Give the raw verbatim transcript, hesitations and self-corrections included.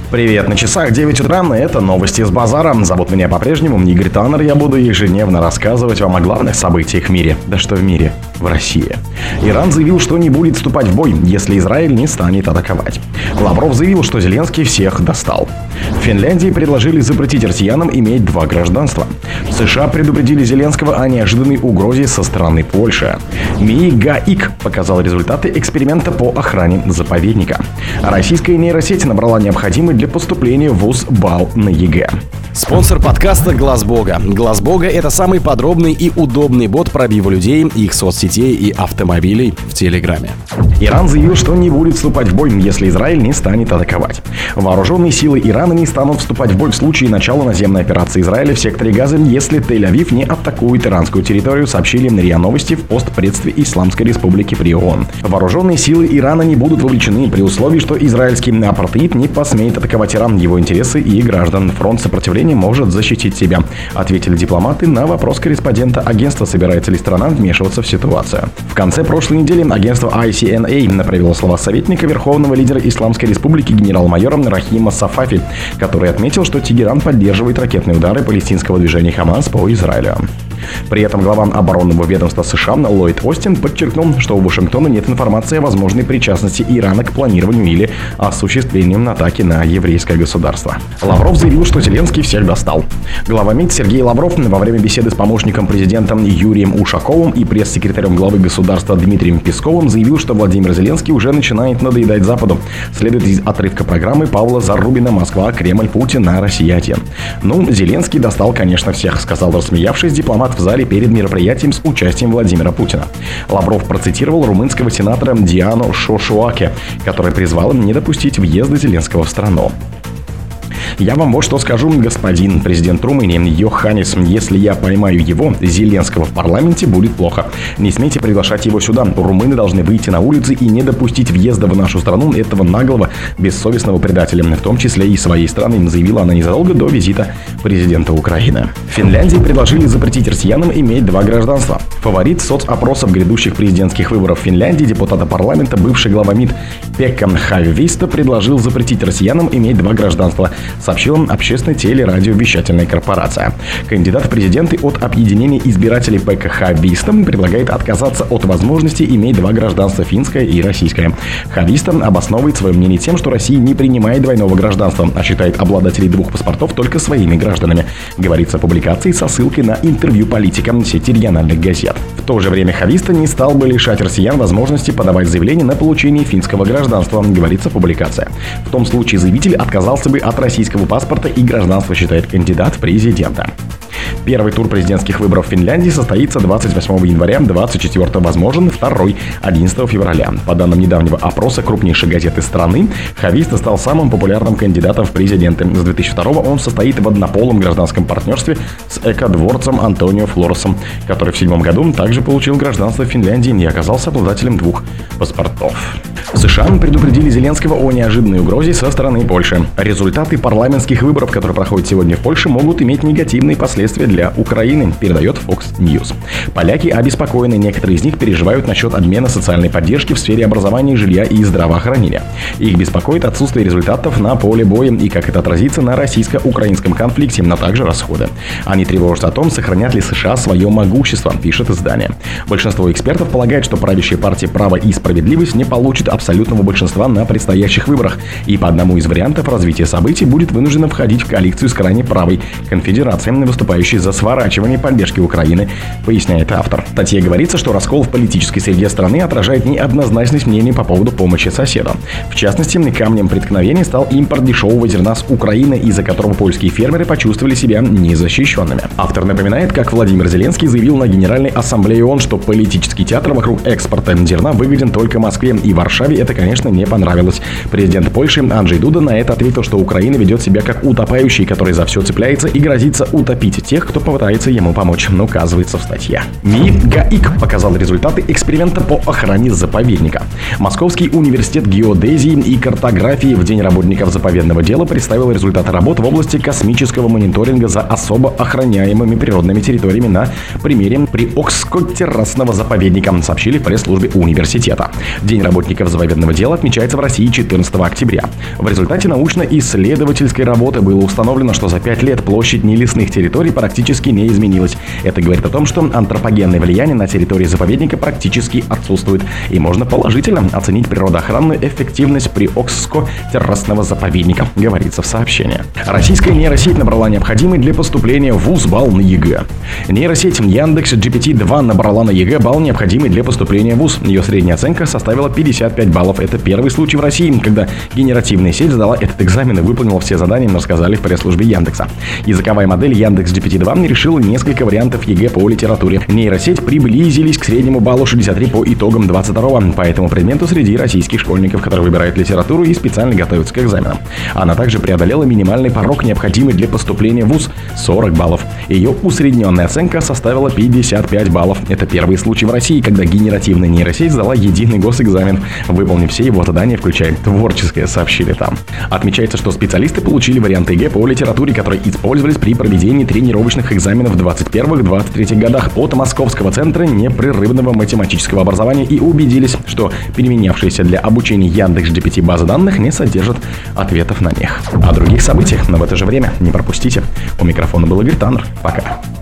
Привет, на часах девять утра, это новости с базара. Зовут меня по-прежнему Игорь Таннер, я буду ежедневно рассказывать вам о главных событиях в мире. Да что в мире? В России. Иран заявил, что не будет вступать в бой, если Израиль не станет атаковать. Лавров заявил, что Зеленский всех достал. В Финляндии предложили запретить россиянам иметь два гражданства. США предупредили Зеленского о неожиданной угрозе со стороны Польши. МИИ ГАИК показал результаты эксперимента по охране заповедника. Российская нейросеть набрала необходимый для поступления в вуз балл на ЕГЭ. Спонсор подкаста Глаз Бога. Глаз Бога — это самый подробный и удобный бот пробива людей, их соцсетей и автомобилей в Телеграме. Иран заявил, что не будет вступать в бой, если Израиль не станет атаковать. Вооруженные силы Ирана не станут вступать в бой в случае начала наземной операции Израиля в секторе Газа, если Тель-Авив не атакует иранскую территорию, сообщили РИА Новости в постпредстве Исламской Республики при ООН. Вооруженные силы Ирана не будут вовлечены при условии, что израильский апартеид не посмеет атаковать Иран, его интересы и граждан. Фронт сопротивления может защитить себя, ответили дипломаты на вопрос корреспондента агентства, собирается ли страна вмешиваться в ситуацию. В конце прошлой недели агентство ай си эн эй провело слова советника верховного лидера Исламской Республики генерал-майора Рахима Сафафи, который отметил, что Тегеран поддерживает ракетные удары палестинского движения Хамас по Израилю. При этом глава оборонного ведомства США Ллойд Остин подчеркнул, что у Вашингтона нет информации о возможной причастности Ирана к планированию или осуществлению атаки на еврейское государство. Лавров заявил, что Зеленский всех достал. Глава МИД Сергей Лавров во время беседы с помощником президента Юрием Ушаковым и пресс-секретарем главы государства Дмитрием Песковым заявил, что Владимир Зеленский уже начинает надоедать Западу. Следует из отрывка программы Павла Зарубина «Москва, Кремль, Путин на Россия один». Ну, Зеленский достал, конечно, всех, сказал рассмеявшись дипломат в зале перед мероприятием с участием Владимира Путина. Лавров процитировал румынского сенатора Диану Шошуаке, который призвал не допустить въезда Зеленского в страну. Я вам вот что скажу, господин президент Румынии Йоханнис. Если я поймаю его, Зеленского, в парламенте, будет плохо. Не смейте приглашать его сюда. Румыны должны выйти на улицы и не допустить въезда в нашу страну этого наглого, бессовестного предателя, в том числе и своей страны, заявила она незадолго до визита президента Украины. В Финляндии предложили запретить россиянам иметь два гражданства. Фаворит соцопросов грядущих президентских выборов в Финляндии, депутата парламента, бывший глава МИД Пекка Хависта, предложил запретить россиянам иметь два гражданства, сообщила общественная телерадиовещательная корпорация. Кандидат в президенты от объединения избирателей Пекка Хависта предлагает отказаться от возможности иметь два гражданства, финское и российское. Хависта обосновывает свое мнение тем, что Россия не принимает двойного гражданства, а считает обладателей двух паспортов только своими гражданами, говорится в публикации со ссылкой на интервью политика сети региональных газет. В то же время Хависта не стал бы лишать россиян возможности подавать заявление на получение финского гражданства, говорится в публикации. В том случае заявитель отказался бы от российского паспорта и гражданства, считает кандидат в президента. Первый тур президентских выборов в Финляндии состоится двадцать восьмого января, двадцать четвёртого возможен второй, одиннадцатого февраля. По данным недавнего опроса крупнейшей газеты страны, Хависта стал самым популярным кандидатом в президенты. С две тысячи второго он состоит в однополом гражданском партнерстве с экодворцем Антонио Флоресом, который в седьмом году также получил гражданство Финляндии и оказался обладателем двух паспортов. США предупредили Зеленского о неожиданной угрозе со стороны Польши. Результаты парламентских выборов, которые проходят сегодня в Польше, могут иметь негативные последствия для Украины, передает Fox News. Поляки обеспокоены, некоторые из них переживают насчет обмена социальной поддержки в сфере образования, жилья и здравоохранения. Их беспокоит отсутствие результатов на поле боя и как это отразится на российско-украинском конфликте, но также расходы. Они тревожатся о том, сохранят ли США свое могущество, пишет издание. Большинство экспертов полагает, что правящая партия «Право и справедливость» не получит абсолютного большинства на предстоящих выборах и по одному из вариантов развития событий будет вынуждена входить в коалицию с крайне правой конфедерацией, выступающей за сворачивание поддержки Украины, поясняет автор. В статье говорится, что раскол в политической среде страны отражает неоднозначность мнений по поводу помощи соседа. В частности, камнем преткновения стал импорт дешевого зерна с Украины, из-за которого польские фермеры почувствовали себя незащищенными. Автор напоминает, как Владимир Зеленский заявил на Генеральной Ассамблее ООН, что политический театр вокруг экспорта зерна выгоден только Москве, и Варшаве это, конечно, не понравилось. Президент Польши Анджей Дуда на это ответил, что Украина ведет себя как утопающий, который за все цепляется и грозится утопить тех, тех, кто попытается ему помочь, указывается в статье. МИГАИК показал результаты эксперимента по охране заповедника. Московский университет геодезии и картографии в День работников заповедного дела представил результаты работ в области космического мониторинга за особо охраняемыми природными территориями на примере Приокско-террасного заповедника, сообщили в пресс-службе университета. День работников заповедного дела отмечается в России четырнадцатого октября. В результате научно-исследовательской работы было установлено, что за пять лет площадь нелесных территорий практически не изменилась. Это говорит о том, что антропогенное влияние на территории заповедника практически отсутствует, и можно положительно оценить природоохранную эффективность Приокско-террасного заповедника, говорится в сообщении. Российская нейросеть набрала необходимый для поступления в вуз балл на ЕГЭ. Нейросеть Яндекс джи пи ти два набрала на ЕГЭ балл, необходимый для поступления в вуз. Ее средняя оценка составила пятьдесят пять баллов. Это первый случай в России, когда генеративная сеть сдала этот экзамен и выполнила все задания, рассказали в пресс-службе Яндекса. Языковая модель Яндекс джи пи ти два решила несколько вариантов ЕГЭ по литературе. Нейросеть приблизились к среднему баллу шестьдесят три по итогам двадцать второго по этому предмету среди российских школьников, которые выбирают литературу и специально готовятся к экзаменам. Она также преодолела минимальный порог, необходимый для поступления в вуз – сорок баллов. Ее усредненная оценка составила пятьдесят пять баллов. Это первый случай в России, когда генеративная нейросеть сдала единый госэкзамен, выполнив все его задания, включая творческое, сообщили там. Отмечается, что специалисты получили варианты ЕГЭ по литературе, которые использовались при проведении тренировочных экзаменов в двадцать первом — двадцать третьем годах от Московского центра непрерывного математического образования и убедились, что переменявшиеся для обучения Яндекс джи пи ти базы данных не содержат ответов на них. О других событиях, но в это же время не пропустите. У микрофона был Игорь Таннер. Пока.